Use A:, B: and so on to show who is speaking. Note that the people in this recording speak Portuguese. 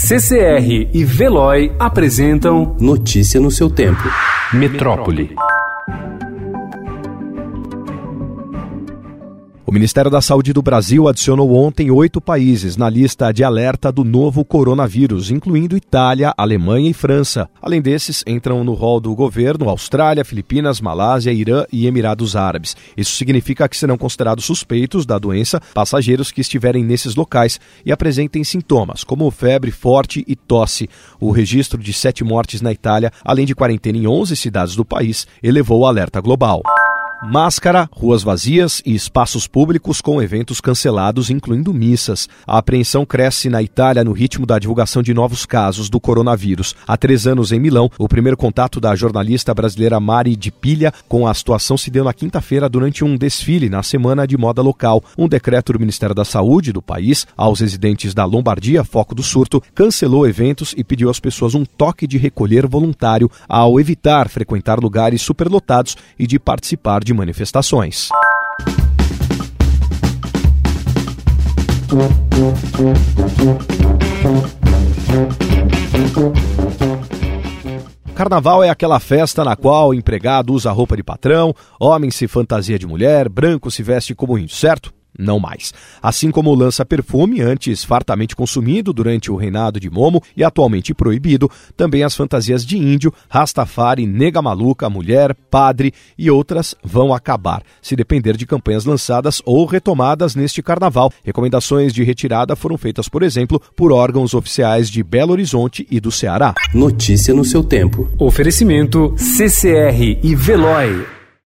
A: CCR e Veloy apresentam
B: Notícia no seu tempo.
A: Metrópole.
C: O Ministério da Saúde do Brasil adicionou ontem 8 países na lista de alerta do novo coronavírus, incluindo Itália, Alemanha e França. Além desses, entram no rol do governo Austrália, Filipinas, Malásia, Irã e Emirados Árabes. Isso significa que serão considerados suspeitos da doença passageiros que estiverem nesses locais e apresentem sintomas, como febre forte e tosse. O registro de 7 mortes na Itália, além de quarentena em 11 cidades do país, elevou o alerta global. Máscara, ruas vazias e espaços públicos com eventos cancelados, incluindo missas. A apreensão cresce na Itália no ritmo da divulgação de novos casos do coronavírus. Há 3 anos, em Milão, o primeiro contato da jornalista brasileira Mari Di Piglia com a situação se deu na quinta-feira durante um desfile na Semana de Moda Local. Um decreto do Ministério da Saúde do país, aos residentes da Lombardia, foco do surto, cancelou eventos e pediu às pessoas um toque de recolher voluntário ao evitar frequentar lugares superlotados e de participar de manifestações. Carnaval é aquela festa na qual o empregado usa roupa de patrão, homem se fantasia de mulher, branco se veste como índio, certo? Não mais. Assim como o lança-perfume, antes fartamente consumido durante o reinado de Momo e atualmente proibido, também as fantasias de índio, rastafari, nega maluca, mulher, padre e outras vão acabar, se depender de campanhas lançadas ou retomadas neste carnaval. Recomendações de retirada foram feitas, por exemplo, por órgãos oficiais de Belo Horizonte e do Ceará.
B: Notícia no seu tempo.
A: Oferecimento CCR e Veloy.